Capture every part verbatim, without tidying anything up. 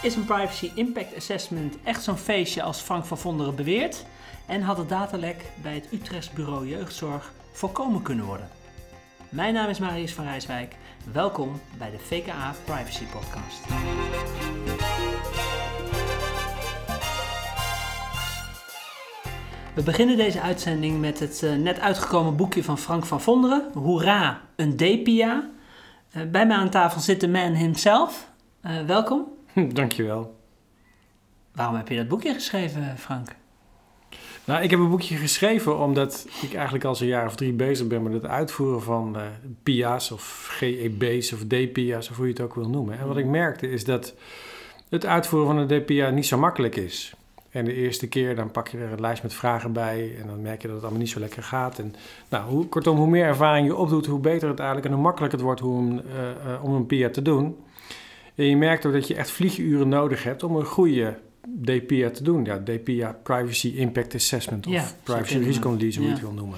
Is een Privacy Impact Assessment echt zo'n feestje als Frank van Vonderen beweert? En had het datalek bij het Utrechts Bureau Jeugdzorg voorkomen kunnen worden? Mijn naam is Marius van Rijswijk. Welkom bij de V K A Privacy Podcast. We beginnen deze uitzending met het uh, net uitgekomen boekje van Frank van Vonderen. Hoera, een D P A. Uh, bij mij aan tafel zit de man himself. Uh, welkom. Dankjewel. Waarom heb je dat boekje geschreven, Frank? Nou, ik heb een boekje geschreven omdat ik eigenlijk al zo'n jaar of drie bezig ben met het uitvoeren van uh, P I A's of G E B's of D P A's of hoe je het ook wil noemen. En wat ik merkte is dat het uitvoeren van een D P A niet zo makkelijk is. En de eerste keer dan pak je er een lijst met vragen bij en dan merk je dat het allemaal niet zo lekker gaat. En nou, hoe, kortom, hoe meer ervaring je opdoet, hoe beter het eigenlijk en hoe makkelijker het wordt hoe een, uh, uh, om een P I A te doen. En je merkt ook dat je echt vlieguren nodig hebt om een goede D P A te doen. Ja, D P A, Privacy Impact Assessment of ja, Privacy Risikoanalyse, hoe je ja. het wil noemen.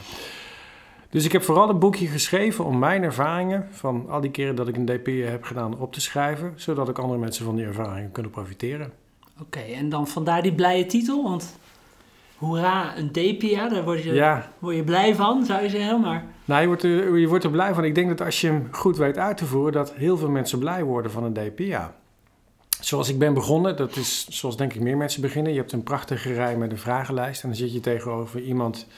Dus ik heb vooral een boekje geschreven om mijn ervaringen van al die keren dat ik een D P A heb gedaan op te schrijven, zodat ook andere mensen van die ervaringen kunnen profiteren. Oké, okay, en dan vandaar die blije titel, want hoera, een D P A, daar word je, ja. word je blij van, zou je zeggen, maar... Nou, je wordt, er, je wordt er blij van. Ik denk dat als je hem goed weet uit te voeren, dat heel veel mensen blij worden van een D P A. Zoals ik ben begonnen, dat is zoals denk ik meer mensen beginnen. Je hebt een prachtige rij met een vragenlijst en dan zit je tegenover iemand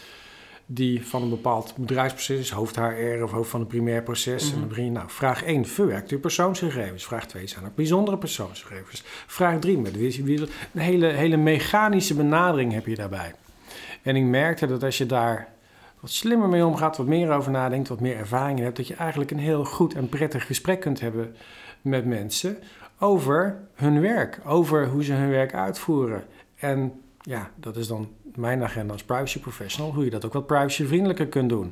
die van een bepaald bedrijfsproces is, hoofd H R of hoofd van een primair proces. Mm-hmm. En dan begin je, nou, vraag één, verwerkt u persoonsgegevens? Vraag twee, zijn er bijzondere persoonsgegevens? Vraag drie, met wie, een hele, hele mechanische benadering heb je daarbij. En ik merkte dat als je daar wat slimmer mee omgaat, wat meer over nadenkt, wat meer ervaring hebt, dat je eigenlijk een heel goed en prettig gesprek kunt hebben met mensen over hun werk, over hoe ze hun werk uitvoeren. En ja, dat is dan mijn agenda als privacy professional, hoe je dat ook wat privacyvriendelijker kunt doen.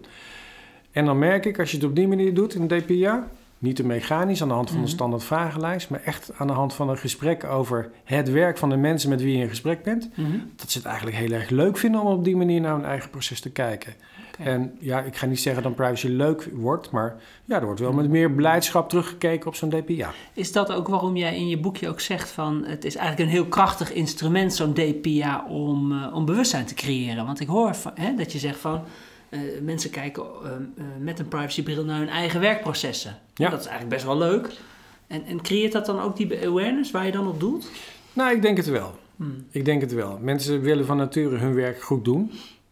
En dan merk ik, als je het op die manier doet in een D P A, niet te mechanisch aan de hand van een standaard vragenlijst, maar echt aan de hand van een gesprek over het werk van de mensen met wie je in gesprek bent, mm-hmm. dat ze het eigenlijk heel erg leuk vinden om op die manier naar hun eigen proces te kijken. Okay. En ja, ik ga niet zeggen dat privacy leuk wordt, maar ja, er wordt wel met meer blijdschap teruggekeken op zo'n D P A. Is dat ook waarom jij in je boekje ook zegt van het is eigenlijk een heel krachtig instrument, zo'n D P A, om, uh, om bewustzijn te creëren? Want ik hoor van, hè, dat je zegt van uh, mensen kijken uh, uh, met een privacybril naar hun eigen werkprocessen. Ja. Dat is eigenlijk best wel leuk. En, en creëert dat dan ook die awareness waar je dan op doelt? Nou, ik denk het wel. Hmm. Ik denk het wel. Mensen willen van nature hun werk goed doen.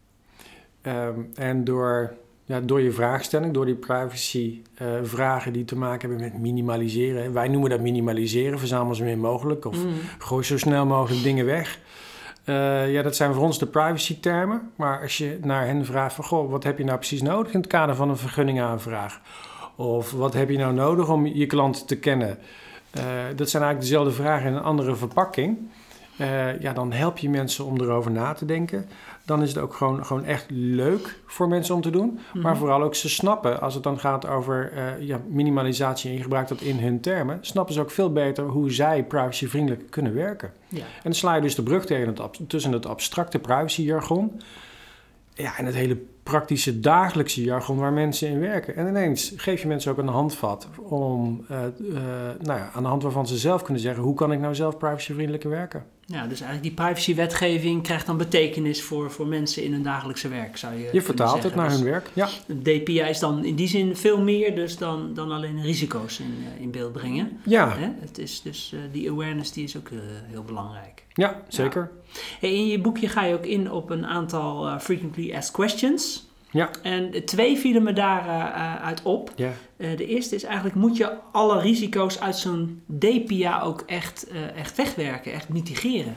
Um, en door, ja, door je vraagstelling, door die privacy uh, vragen die te maken hebben met minimaliseren. Wij noemen dat minimaliseren, verzamel zo min mogelijk of mm. gooi zo snel mogelijk dingen weg. Uh, ja, dat zijn voor ons de privacy termen. Maar als je naar hen vraagt van, goh, wat heb je nou precies nodig in het kader van een vergunningaanvraag? Of wat heb je nou nodig om je klant te kennen? Uh, dat zijn eigenlijk dezelfde vragen in een andere verpakking. Uh, ja, dan help je mensen om erover na te denken. Dan is het ook gewoon, gewoon echt leuk voor mensen om te doen. Mm-hmm. Maar vooral ook ze snappen, als het dan gaat over uh, ja, minimalisatie en je gebruikt dat in hun termen, snappen ze ook veel beter hoe zij privacyvriendelijk kunnen werken. Ja. En dan sla je dus de brug tegen het, tussen het abstracte privacyjargon, ja, en het hele praktische dagelijkse jargon waar mensen in werken. En ineens geef je mensen ook een handvat om, uh, uh, nou ja, aan de hand waarvan ze zelf kunnen zeggen, hoe kan ik nou zelf privacyvriendelijker werken? Ja, dus eigenlijk die privacywetgeving krijgt dan betekenis voor, voor mensen in hun dagelijkse werk, zou je Je vertaalt zeggen. Het naar dus hun werk, ja. Een D P A is dan in die zin veel meer dus dan, dan alleen risico's in, uh, in beeld brengen. Ja. Hè? Het is dus, uh, die awareness die is ook uh, heel belangrijk. Ja, zeker. Ja. Hey, in je boekje ga je ook in op een aantal uh, frequently asked questions. Ja. En twee vielen me daaruit uh, op. Ja. Uh, de eerste is eigenlijk, moet je alle risico's uit zo'n D P A ook echt, uh, echt wegwerken, echt mitigeren?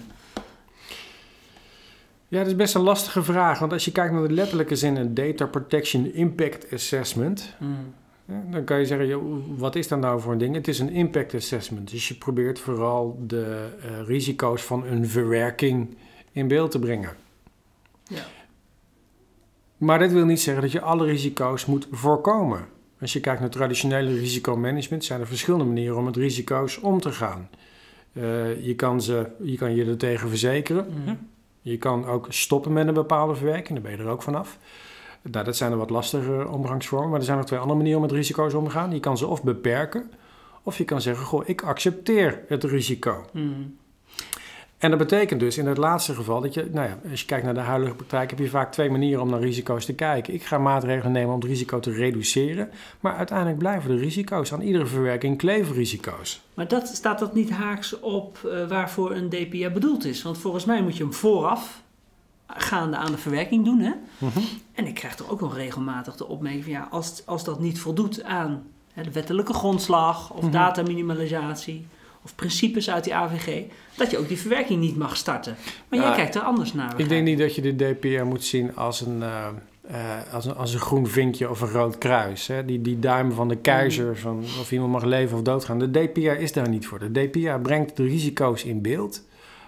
Ja, dat is best een lastige vraag. Want als je kijkt naar de letterlijke zin, een Data Protection Impact Assessment, mm. ja, dan kan je zeggen, joh, wat is dat nou voor een ding? Het is een impact assessment. Dus je probeert vooral de uh, risico's van een verwerking in beeld te brengen. Ja. Maar dat wil niet zeggen dat je alle risico's moet voorkomen. Als je kijkt naar traditionele risicomanagement, zijn er verschillende manieren om met risico's om te gaan. Uh, je, kan ze, je kan je er tegen verzekeren. Mm. Je kan ook stoppen met een bepaalde verwerking, dan ben je er ook vanaf. Nou, dat zijn er wat lastige omgangsvormen, maar er zijn nog twee andere manieren om met risico's om te gaan. Je kan ze of beperken, Of je kan zeggen, goh, ik accepteer het risico. Mm. En dat betekent dus in het laatste geval dat je, nou ja, als je kijkt naar de huidige praktijk, heb je vaak twee manieren om naar risico's te kijken. Ik ga maatregelen nemen om het risico te reduceren, maar uiteindelijk blijven er risico's. Aan iedere verwerking kleven risico's. Maar dat, staat dat niet haaks op uh, waarvoor een D P A bedoeld is? Want volgens mij moet je hem vooraf gaande aan de verwerking doen. Hè? Mm-hmm. En ik krijg toch ook nog regelmatig de opmerking van ja, als, als dat niet voldoet aan hè, de wettelijke grondslag of Mm-hmm. dataminimalisatie of principes uit die A V G, dat je ook die verwerking niet mag starten. Maar Ja, jij kijkt er anders naar. Ik denk niet dat je de D P A moet zien als een, uh, uh, als een, als een groen vinkje of een rood kruis. Hè? Die, die duim van de keizer, van of iemand mag leven of doodgaan. De D P A is daar niet voor. De D P A brengt de risico's in beeld.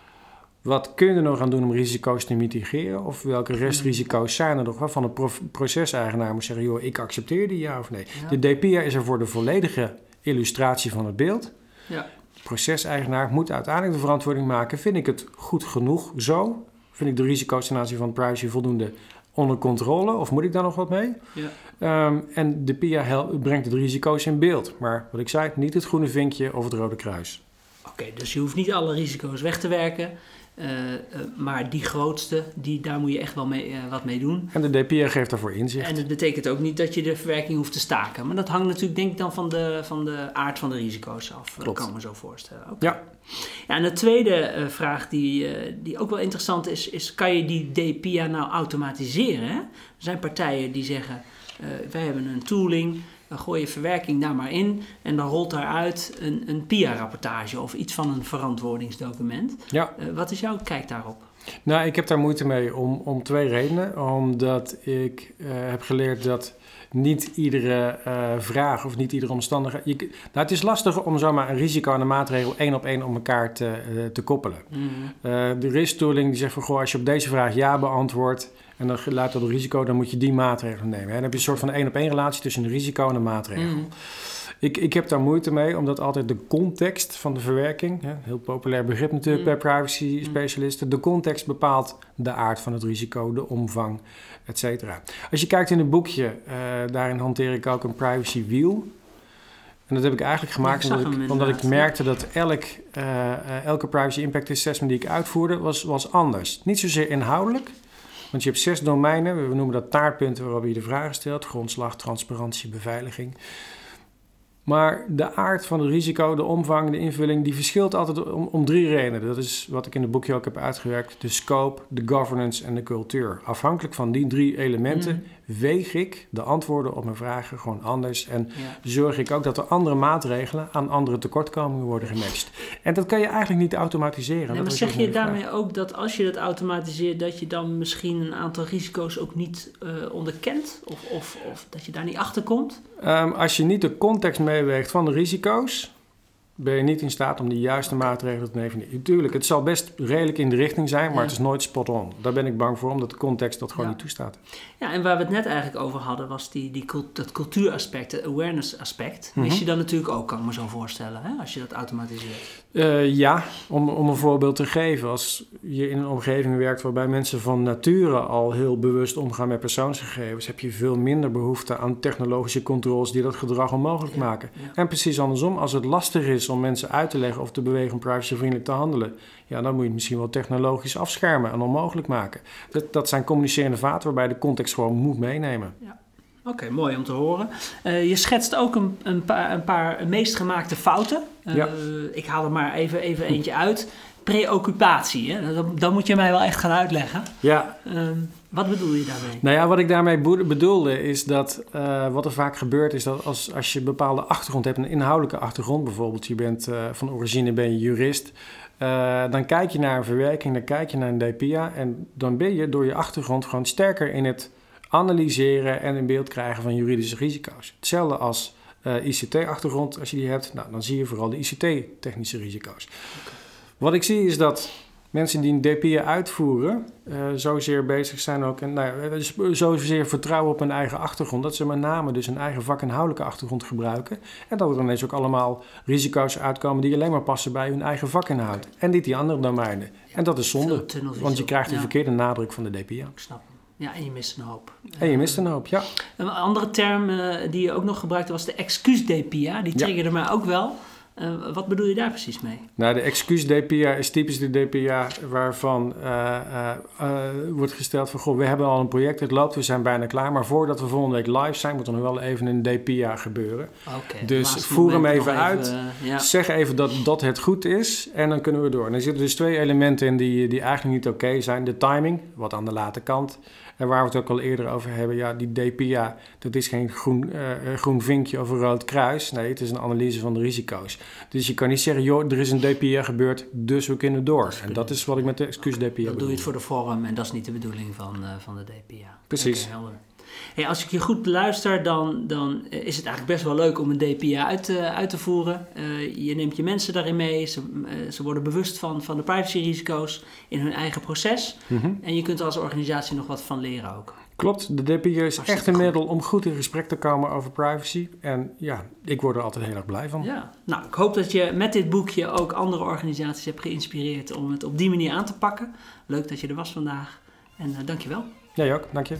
Wat kun je er nog aan doen om risico's te mitigeren? Of welke restrisico's zijn er nog waarvan een pro- proceseigenaar moet zeggen, joh, ik accepteer die ja of nee. Ja. De D P A is er voor de volledige illustratie van het beeld. Ja. De proceseigenaar moet uiteindelijk de verantwoording maken. Vind ik het goed genoeg zo? Vind ik de risico's ten aanzien van privacy voldoende onder controle? Of moet ik daar nog wat mee? Ja. Um, en de P I A hel- brengt de risico's in beeld. Maar wat ik zei, niet het groene vinkje of het rode kruis. Oké, okay, dus je hoeft niet alle risico's weg te werken. Uh, uh, maar die grootste, die, daar moet je echt wel mee, uh, wat mee doen. En de D P A geeft daarvoor inzicht. En dat betekent ook niet dat je de verwerking hoeft te staken. Maar dat hangt natuurlijk denk ik dan van de, van de aard van de risico's af. Dat kan ik me zo voorstellen. Okay. Ja. Ja. En de tweede uh, vraag die, uh, die ook wel interessant is, is kan je die D P A nou automatiseren? Hè? Er zijn partijen die zeggen, uh, wij hebben een tooling, dan gooi je verwerking daar maar in en dan rolt daaruit een, een P I A-rapportage of iets van een verantwoordingsdocument. Ja. Uh, wat is jouw kijk daarop? Nou, ik heb daar moeite mee om, om twee redenen. Omdat ik uh, heb geleerd dat niet iedere uh, vraag of niet iedere omstandigheid... Je, nou, het is lastig om zomaar een risico en een maatregel één op één op elkaar te, uh, te koppelen. Mm-hmm. Uh, de risk-tooling die zegt van, goh, als je op deze vraag ja beantwoordt en dan luidt dat het risico, dan moet je die maatregel nemen. Hè? Dan heb je een soort van één op één relatie tussen een risico en een maatregel. Mm. Ik, ik heb daar moeite mee, omdat altijd de context van de verwerking, hè, heel populair begrip natuurlijk mm. bij privacy specialisten, de context bepaalt de aard van het risico, de omvang, et cetera. Als je kijkt in het boekje, uh, daarin hanteer ik ook een privacy wheel. En dat heb ik eigenlijk gemaakt ja, ik omdat, ik, omdat ik merkte dat elk, uh, elke privacy impact assessment die ik uitvoerde was, was anders. Niet zozeer inhoudelijk. Want je hebt zes domeinen, we noemen dat taartpunten waarop je de vragen stelt. Grondslag, transparantie, beveiliging. Maar de aard van het risico, de omvang, de invulling, die verschilt altijd om, om drie redenen. Dat is wat ik in het boekje ook heb uitgewerkt. De scope, de governance en de cultuur. Afhankelijk van die drie elementen mm. weeg ik de antwoorden op mijn vragen gewoon anders. En ja. zorg ik ook dat er andere maatregelen aan andere tekortkomingen worden gematcht. En dat kan je eigenlijk niet automatiseren. Nee, dat maar zeg je daarmee ook dat als je dat automatiseert, dat je dan misschien een aantal risico's ook niet uh, onderkent? Of, of, of dat je daar niet achter komt? Um, als je niet de context meeweegt van de risico's, ben je niet in staat om de juiste maatregelen te nemen. Natuurlijk, het zal best redelijk in de richting zijn, maar ja. het is nooit spot on. Daar ben ik bang voor, omdat de context dat gewoon ja. niet toestaat. Ja, en waar we het net eigenlijk over hadden, was die, die, dat cultuuraspect, het awareness aspect. Mm-hmm. Mis je dan natuurlijk ook, kan ik me zo voorstellen, hè, als je dat automatiseert. Uh, ja, om, om een voorbeeld te geven. Als je in een omgeving werkt waarbij mensen van nature al heel bewust omgaan met persoonsgegevens, heb je veel minder behoefte aan technologische controles die dat gedrag onmogelijk ja, maken. Ja. En precies andersom, als het lastig is om mensen uit te leggen of te bewegen om privacyvriendelijk te handelen, ja, dan moet je het misschien wel technologisch afschermen en onmogelijk maken. Dat, dat zijn communicerende vaten waarbij de context gewoon moet meenemen. Ja. Oké, okay, mooi om te horen. Uh, je schetst ook een, een, paar, een paar meest gemaakte fouten. Uh, ja. Ik haal er maar even, even eentje uit. Preoccupatie, hè? Dan, dan moet je mij wel echt gaan uitleggen. Ja. Uh, wat bedoel je daarmee? Nou ja, wat ik daarmee bedoelde is dat uh, wat er vaak gebeurt is dat als, als je een bepaalde achtergrond hebt, een inhoudelijke achtergrond bijvoorbeeld, je bent uh, van origine ben je jurist, uh, dan kijk je naar een verwerking, dan kijk je naar een D P A en dan ben je door je achtergrond gewoon sterker in het analyseren en in beeld krijgen van juridische risico's. Hetzelfde als uh, I C T-achtergrond, als je die hebt, nou, dan zie je vooral de I C T-technische risico's. Okay. Wat ik zie is dat mensen die een D P A uitvoeren, uh, zozeer bezig zijn ook, en nou, dus zozeer vertrouwen op hun eigen achtergrond, dat ze met name dus een eigen vakinhoudelijke achtergrond gebruiken. En dat er ineens ook allemaal risico's uitkomen die alleen maar passen bij hun eigen vakinhoud. En niet die andere domeinen. Ja, en dat is zonde, want je krijgt de ja. verkeerde nadruk van de D P A. Ik snap. Ja, en je mist een hoop. En je mist een hoop, ja. Een andere term uh, die je ook nog gebruikte was de excuus-D P A. Die triggerde ja. mij ook wel. Uh, wat bedoel je daar precies mee? Nou, de excuus-D P A is typisch de D P A waarvan uh, uh, uh, wordt gesteld van... Goh, we hebben al een project, het loopt, we zijn bijna klaar. Maar voordat we volgende week live zijn, moet er nog wel even een D P A gebeuren. Okay, dus voer hem even uit. Even, uh, ja. Zeg even dat, dat het goed is en dan kunnen we door. En er zitten dus twee elementen in die, die eigenlijk niet oké okay zijn. De timing, wat aan de late kant... En waar we het ook al eerder over hebben, ja, die D P A, dat is geen groen, uh, groen vinkje of een rood kruis. Nee, het is een analyse van de risico's. Dus je kan niet zeggen, joh, er is een D P A gebeurd, dus we kunnen door. Dus en dat is wat ik met de excuus-D P A bedoel. Dan doe je het voor de vorm en dat is niet de bedoeling van, uh, van de D P A. Precies. Okay, helder. Hey, als ik je goed beluister, dan, dan is het eigenlijk best wel leuk om een D P A uit, uh, uit te voeren. Uh, je neemt je mensen daarin mee, ze, uh, ze worden bewust van, van de privacyrisico's in hun eigen proces. Mm-hmm. En je kunt er als organisatie nog wat van leren ook. Klopt, de D P A is Hartstikke echt een goed. middel om goed in gesprek te komen over privacy. En ja, ik word er altijd heel erg blij van. Ja, nou, ik hoop dat je met dit boekje ook andere organisaties hebt geïnspireerd om het op die manier aan te pakken. Leuk dat je er was vandaag en uh, dank je wel. Jij ook, dank je.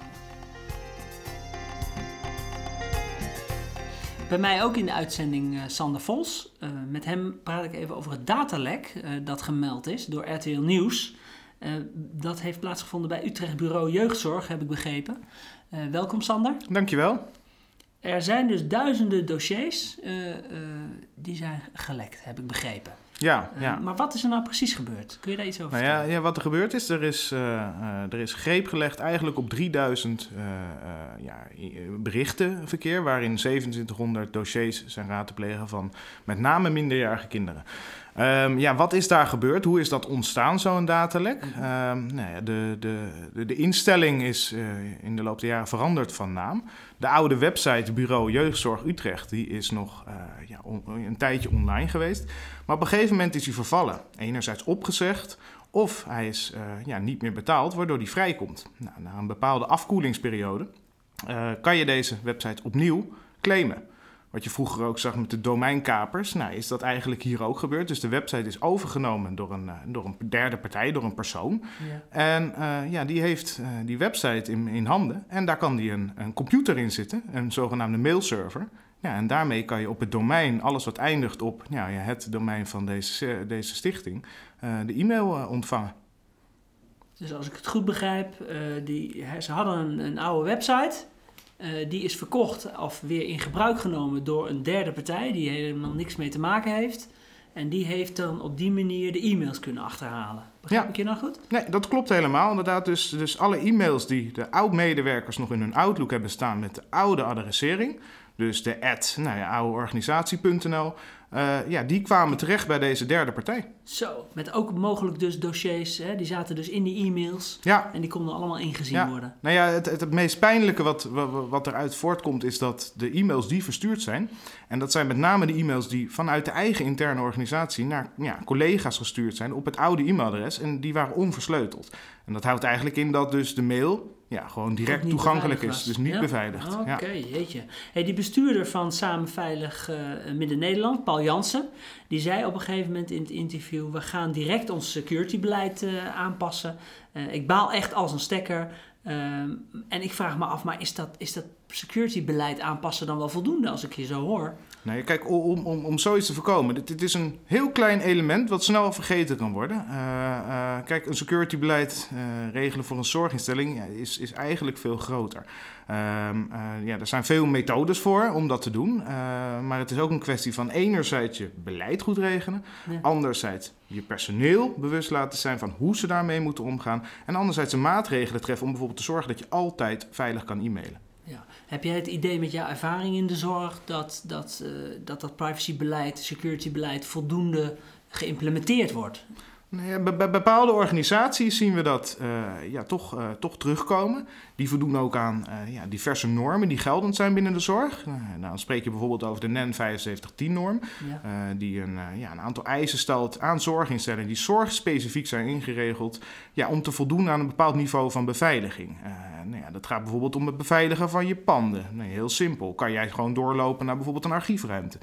Bij mij ook in de uitzending uh, Sander Vos. Uh, met hem praat ik even over het datalek uh, dat gemeld is door R T L Nieuws. Uh, dat heeft plaatsgevonden bij Utrecht Bureau Jeugdzorg, heb ik begrepen. Uh, welkom Sander. Dankjewel. Er zijn dus duizenden dossiers uh, uh, die zijn gelekt, heb ik begrepen. Ja, uh, ja. Maar wat is er nou precies gebeurd? Kun je daar iets over nou vertellen? Ja, ja, wat er gebeurd is, er is, uh, uh, er is greep gelegd eigenlijk op drieduizend uh, uh, ja, berichtenverkeer... waarin zeventwintighonderd dossiers zijn raad te plegen van met name minderjarige kinderen. Um, ja, wat is daar gebeurd? Hoe is dat ontstaan, zo'n datalek? Um, nou ja, de, de, de, de instelling is uh, in de loop der jaren veranderd van naam. De oude website Bureau Jeugdzorg Utrecht die is nog uh, ja, on, een tijdje online geweest. Maar op een gegeven moment is hij vervallen. Enerzijds opgezegd of hij is uh, ja, niet meer betaald, waardoor hij vrijkomt. Nou, na een bepaalde afkoelingsperiode uh, kan je deze website opnieuw claimen. Wat je vroeger ook zag met de domeinkapers, nou is dat eigenlijk hier ook gebeurd. Dus de website is overgenomen door een, door een derde partij, door een persoon. Ja. En uh, ja, die heeft uh, die website in, in handen en daar kan die een, een computer in zitten, een zogenaamde mailserver. Ja, en daarmee kan je op het domein, alles wat eindigt op ja, ja, het domein van deze, deze stichting, uh, de e-mail uh, ontvangen. Dus als ik het goed begrijp, uh, die, ze hadden een, een oude website... Uh, die is verkocht of weer in gebruik genomen door een derde partij die helemaal niks mee te maken heeft. En die heeft dan op die manier de e-mails kunnen achterhalen. Begrijp ja. ik je nou goed? Nee, dat klopt helemaal. Inderdaad, dus, dus alle e-mails die de oud-medewerkers nog in hun Outlook hebben staan met de oude adressering, dus de at, nou ja, oudeorganisatie punt n l, uh, ja, die kwamen terecht bij deze derde partij. Zo, met ook mogelijk dus dossiers, hè, die zaten dus in die e-mails ja. en die konden allemaal ingezien ja. worden. Nou ja, het, het, het meest pijnlijke wat, wat, wat eruit voortkomt is dat de e-mails die verstuurd zijn, en dat zijn met name de e-mails die vanuit de eigen interne organisatie naar ja, collega's gestuurd zijn op het oude e-mailadres en die waren onversleuteld. En dat houdt eigenlijk in dat dus de mail ja, gewoon direct toegankelijk is, dus niet ja? beveiligd. Oké, okay, ja. jeetje. Hey, die bestuurder van Samen Veilig uh, Midden-Nederland, Paul Jansen, die zei op een gegeven moment in het interview, we gaan direct ons securitybeleid uh, aanpassen. Uh, ik baal echt als een stekker. Uh, en ik vraag me af, maar is dat, is dat securitybeleid aanpassen dan wel voldoende als ik je zo hoor? Nee, kijk, om, om, om zoiets te voorkomen, dit, dit is een heel klein element wat snel vergeten kan worden. Uh, uh, kijk, een securitybeleid uh, regelen voor een zorginstelling ja, is, is eigenlijk veel groter. Uh, uh, ja, er zijn veel methodes voor om dat te doen, uh, maar het is ook een kwestie van enerzijds je beleid goed regelen, ja. anderzijds je personeel bewust laten zijn van hoe ze daarmee moeten omgaan en anderzijds de maatregelen treffen om bijvoorbeeld te zorgen dat je altijd veilig kan e-mailen. Ja. Heb jij het idee met jouw ervaring in de zorg dat dat, uh, dat, dat privacybeleid, securitybeleid voldoende geïmplementeerd wordt? Nee, bij bepaalde organisaties zien we dat uh, ja, toch, uh, toch terugkomen. Die voldoen ook aan uh, ja, diverse normen die geldend zijn binnen de zorg. Uh, nou, dan spreek je bijvoorbeeld over de N E N vijfenzeventig tien-norm. Ja. Uh, die een, uh, ja, een aantal eisen stelt aan zorginstellingen die zorgspecifiek zijn ingeregeld. Ja, om te voldoen aan een bepaald niveau van beveiliging. Uh, nou ja, dat gaat bijvoorbeeld om het beveiligen van je panden. Nee, heel simpel. Kan jij gewoon doorlopen naar bijvoorbeeld een archiefruimte.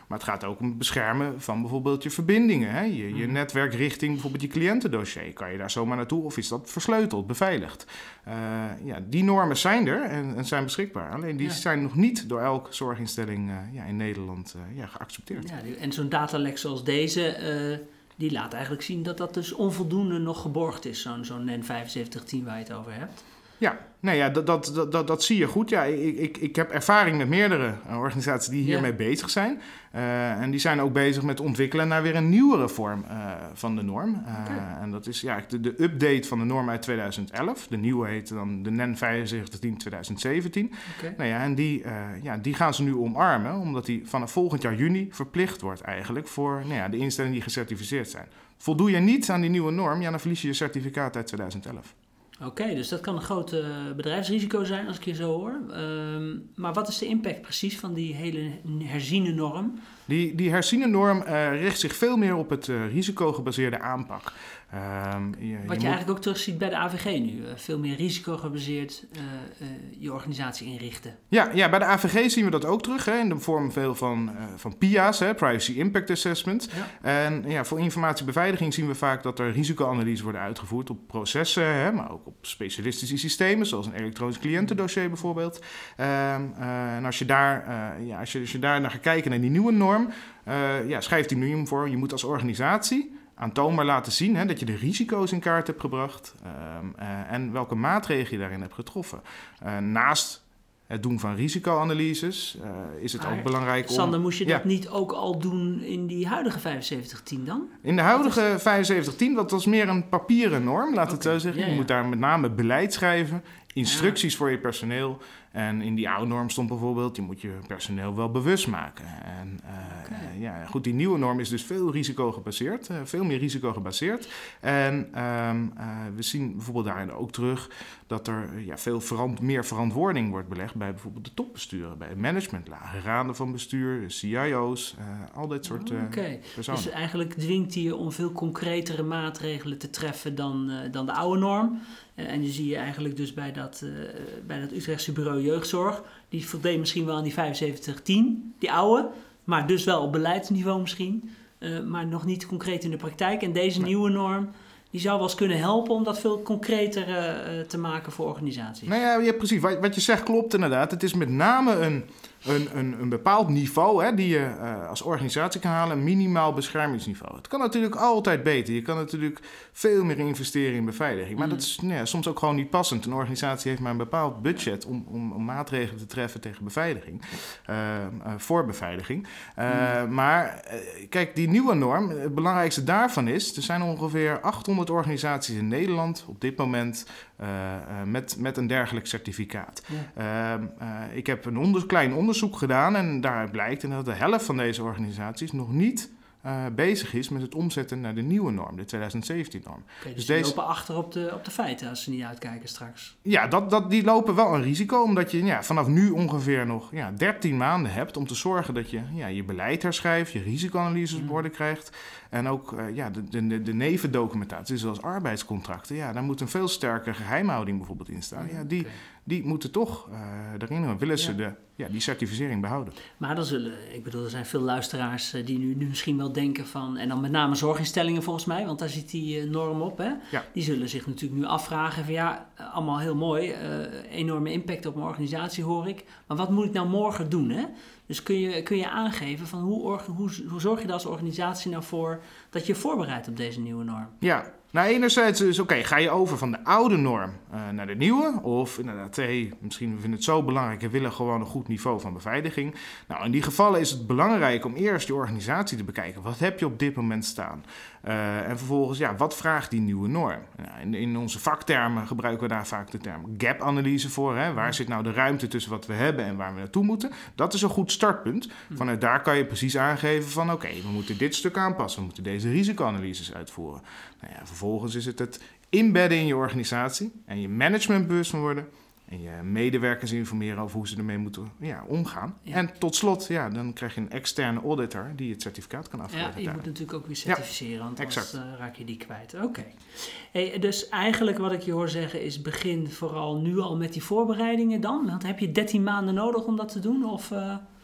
Maar het gaat ook om het beschermen van bijvoorbeeld je verbindingen. Hè? Je, je netwerk richting bijvoorbeeld je cliëntendossier. Kan je daar zomaar naartoe of is dat versleuteld, beveiligd? Uh, ja, die normen zijn er en, en zijn beschikbaar. Alleen die ja. zijn nog niet door elke zorginstelling uh, ja, in Nederland uh, ja, geaccepteerd. Ja, en zo'n datalek zoals deze... Uh... die laat eigenlijk zien dat dat dus onvoldoende nog geborgd is, zo'n, zo'n N vijfenzeventig tien waar je het over hebt. Ja, nou ja, dat, dat, dat, dat, dat zie je goed. Ja, ik, ik, ik heb ervaring met meerdere organisaties die hiermee ja. bezig zijn. Uh, en die zijn ook bezig met ontwikkelen naar weer een nieuwere vorm uh, van de norm. Uh, okay. En dat is ja, de, de update van de norm uit tweeduizend elf. De nieuwe heet dan de N vijfenzeventig tien tweeduizend zeventien. Okay. Nou ja, en die, uh, ja, die gaan ze nu omarmen, omdat die vanaf volgend jaar juni verplicht wordt eigenlijk voor nou ja, de instellingen die gecertificeerd zijn. Voldoe je niet aan die nieuwe norm, ja, dan verlies je je certificaat uit tweeduizend elf. Oké, okay, dus dat kan een groot uh, bedrijfsrisico zijn als ik je zo hoor. Um, maar wat is de impact precies van die hele herziene norm? Die, die herziene norm uh, richt zich veel meer op het uh, risicogebaseerde aanpak. Um, je, Wat je, je moet... eigenlijk ook terugziet bij de A V G nu. Uh, veel meer risicogebaseerd uh, uh, je organisatie inrichten. Ja, ja, bij de A V G zien we dat ook terug. Hè, in de vorm veel van, uh, van P I A's, hè, Privacy Impact Assessment. Ja. En ja, voor informatiebeveiliging zien we vaak dat er risicoanalyses worden uitgevoerd op processen, hè, maar ook op specialistische systemen, zoals een elektronisch cliëntendossier bijvoorbeeld. Um, uh, en als je, daar, uh, ja, als, je, als je daar naar gaat kijken naar die nieuwe norm, uh, ja, schrijft die norm voor, je moet als organisatie aantoonbaar laten zien hè, dat je de risico's in kaart hebt gebracht um, uh, en welke maatregelen je daarin hebt getroffen. Uh, naast het doen van risicoanalyses uh, is het maar, ook belangrijk om... Sander, moest je dat ja. niet ook al doen in die huidige vijfenzeventig tien dan? In de huidige vijfenzeventig tien, dat was meer een papieren norm, laat okay. het zo zeggen. Ja, ja. Je moet daar met name beleid schrijven, instructies ja. voor je personeel. En in die oude norm stond bijvoorbeeld, je moet je personeel wel bewust maken. En uh, okay. uh, ja, goed, die nieuwe norm is dus veel risicogebaseerd, uh, veel meer risicogebaseerd. En um, uh, we zien bijvoorbeeld daarin ook terug dat er uh, ja, veel verant- meer verantwoording wordt belegd bij bijvoorbeeld de topbesturen, bij management, lage raden van bestuur, C I O's, uh, al dit soort uh, okay. personen. Dus eigenlijk dwingt hij je om veel concretere maatregelen te treffen dan, uh, dan de oude norm. Uh, en die zie je eigenlijk dus bij dat, uh, bij dat Utrechtse bureau jeugdzorg. Die voldeed misschien wel aan die vijfenzeventig tien, die oude, maar dus wel op beleidsniveau misschien, uh, maar nog niet concreet in de praktijk. En deze nee. nieuwe norm, die zou wel eens kunnen helpen om dat veel concreter uh, te maken voor organisaties. Nou ja, ja precies. Wat, wat je zegt klopt inderdaad. Het is met name een, een, een, een bepaald niveau hè, die je uh, als organisatie kan halen, een minimaal beschermingsniveau. Het kan natuurlijk altijd beter. Je kan natuurlijk veel meer investeren in beveiliging. Maar mm. dat is nou ja, soms ook gewoon niet passend. Een organisatie heeft maar een bepaald budget om, om, om maatregelen te treffen tegen beveiliging. Uh, uh, voor beveiliging. Uh, mm. Maar uh, kijk, die nieuwe norm, het belangrijkste daarvan is, er zijn ongeveer achthonderd organisaties in Nederland op dit moment uh, uh, met, met een dergelijk certificaat. Ja. Uh, uh, ik heb een onder, klein onderzoek gedaan en daaruit blijkt dat de helft van deze organisaties nog niet uh, bezig is met het omzetten naar de nieuwe norm, de tweeduizend zeventien norm. Okay, dus dus die deze... lopen achter op de, op de feiten als ze niet uitkijken straks. Ja, dat, dat, die lopen wel een risico, omdat je ja, vanaf nu ongeveer nog ja, dertien maanden hebt om te zorgen dat je ja, je beleid herschrijft, je risicoanalyses op orde krijgt. En ook uh, ja, de, de, de nevendocumentatie, zoals arbeidscontracten, ja, daar moet een veel sterke geheimhouding bijvoorbeeld in staan. Ja, die, okay. die moeten toch uh, erin, willen ze ja. De, ja, die certificering behouden. Maar dan zullen, ik bedoel, er zijn veel luisteraars uh, die nu, nu misschien wel denken van, en dan met name zorginstellingen volgens mij, want daar zit die uh, norm op, hè? Ja. Die zullen zich natuurlijk nu afvragen van ja, allemaal heel mooi, uh, enorme impact op mijn organisatie hoor ik, maar wat moet ik nou morgen doen, hè? Dus kun je, kun je aangeven van hoe, or, hoe, hoe zorg je er als organisatie nou voor dat je je voorbereidt op deze nieuwe norm? Ja, nou enerzijds is oké, okay, ga je over van de oude norm uh, naar de nieuwe? Of inderdaad, hey, misschien vinden we het zo belangrijk en willen gewoon een goed niveau van beveiliging. Nou, in die gevallen is het belangrijk om eerst je organisatie te bekijken. Wat heb je op dit moment staan? Uh, en vervolgens, ja, wat vraagt die nieuwe norm? Nou, in, in onze vaktermen gebruiken we daar vaak de term gap-analyse voor. Hè? Waar zit nou de ruimte tussen wat we hebben en waar we naartoe moeten? Dat is een goed startpunt. Vanuit daar kan je precies aangeven van oké, okay, we moeten dit stuk aanpassen. We moeten deze risicoanalyses uitvoeren. Nou ja, vervolgens is het het inbedden in je organisatie en je management bewust van worden. En je medewerkers informeren over hoe ze ermee moeten ja, omgaan. Ja. En tot slot, ja, dan krijg je een externe auditor die het certificaat kan afgeven. Ja, je daar. moet natuurlijk ook weer certificeren, ja, want anders uh, raak je die kwijt. Oké. Okay. Hey, dus eigenlijk wat ik je hoor zeggen is begin vooral nu al met die voorbereidingen dan? Want heb je dertien maanden nodig om dat te doen? Of... Uh...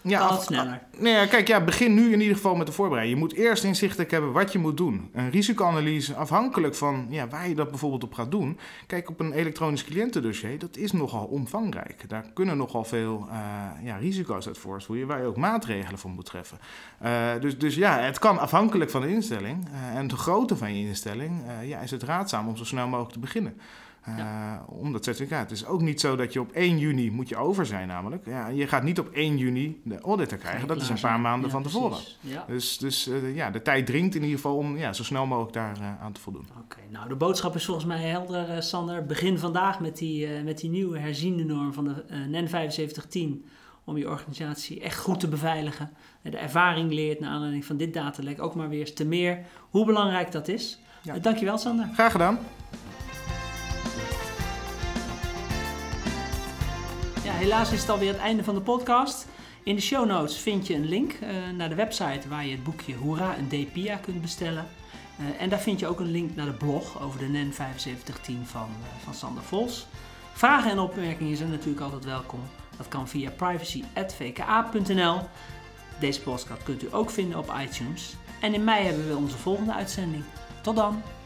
Ja, kan af, het sneller. Nee, ja, kijk, ja, begin nu in ieder geval met de voorbereiding. Je moet eerst inzichtelijk hebben wat je moet doen. Een risicoanalyse, afhankelijk van ja, waar je dat bijvoorbeeld op gaat doen. Kijk, op een elektronisch cliëntendossier, dat is nogal omvangrijk. Daar kunnen nogal veel uh, ja, risico's uit voortvloeien, waar je ook maatregelen voor moet treffen. Uh, dus, dus ja, het kan afhankelijk van de instelling. Uh, en de grootte van je instelling, uh, ja, is het raadzaam om zo snel mogelijk te beginnen. Uh, ja. Om dat certificaat. Het is ook niet zo dat je op één juni moet je over zijn namelijk. Ja, je gaat niet op één juni de auditor krijgen. Dat is een paar maanden ja, van tevoren. Ja. Dus, dus uh, ja, de tijd dringt in ieder geval om ja, zo snel mogelijk daar uh, aan te voldoen. Oké, okay, nou de boodschap is volgens mij helder, uh, Sander. Begin vandaag met die, uh, met die nieuwe herziende norm van de uh, N E N vijfenzeventig tien om je organisatie echt goed te beveiligen. De ervaring leert naar aanleiding van dit datalek ook maar weer eens te meer hoe belangrijk dat is. Ja. Uh, dankjewel, Sander. Graag gedaan. Ja, helaas is het alweer het einde van de podcast. In de show notes vind je een link uh, naar de website waar je het boekje Hoera, een D P I A kunt bestellen. Uh, en daar vind je ook een link naar de blog over de N E N vijfenzeventig tien van, uh, van Sander Vos. Vragen en opmerkingen zijn natuurlijk altijd welkom. Dat kan via privacy at v k a punt n l. Deze podcast kunt u ook vinden op iTunes. En in mei hebben we onze volgende uitzending. Tot dan!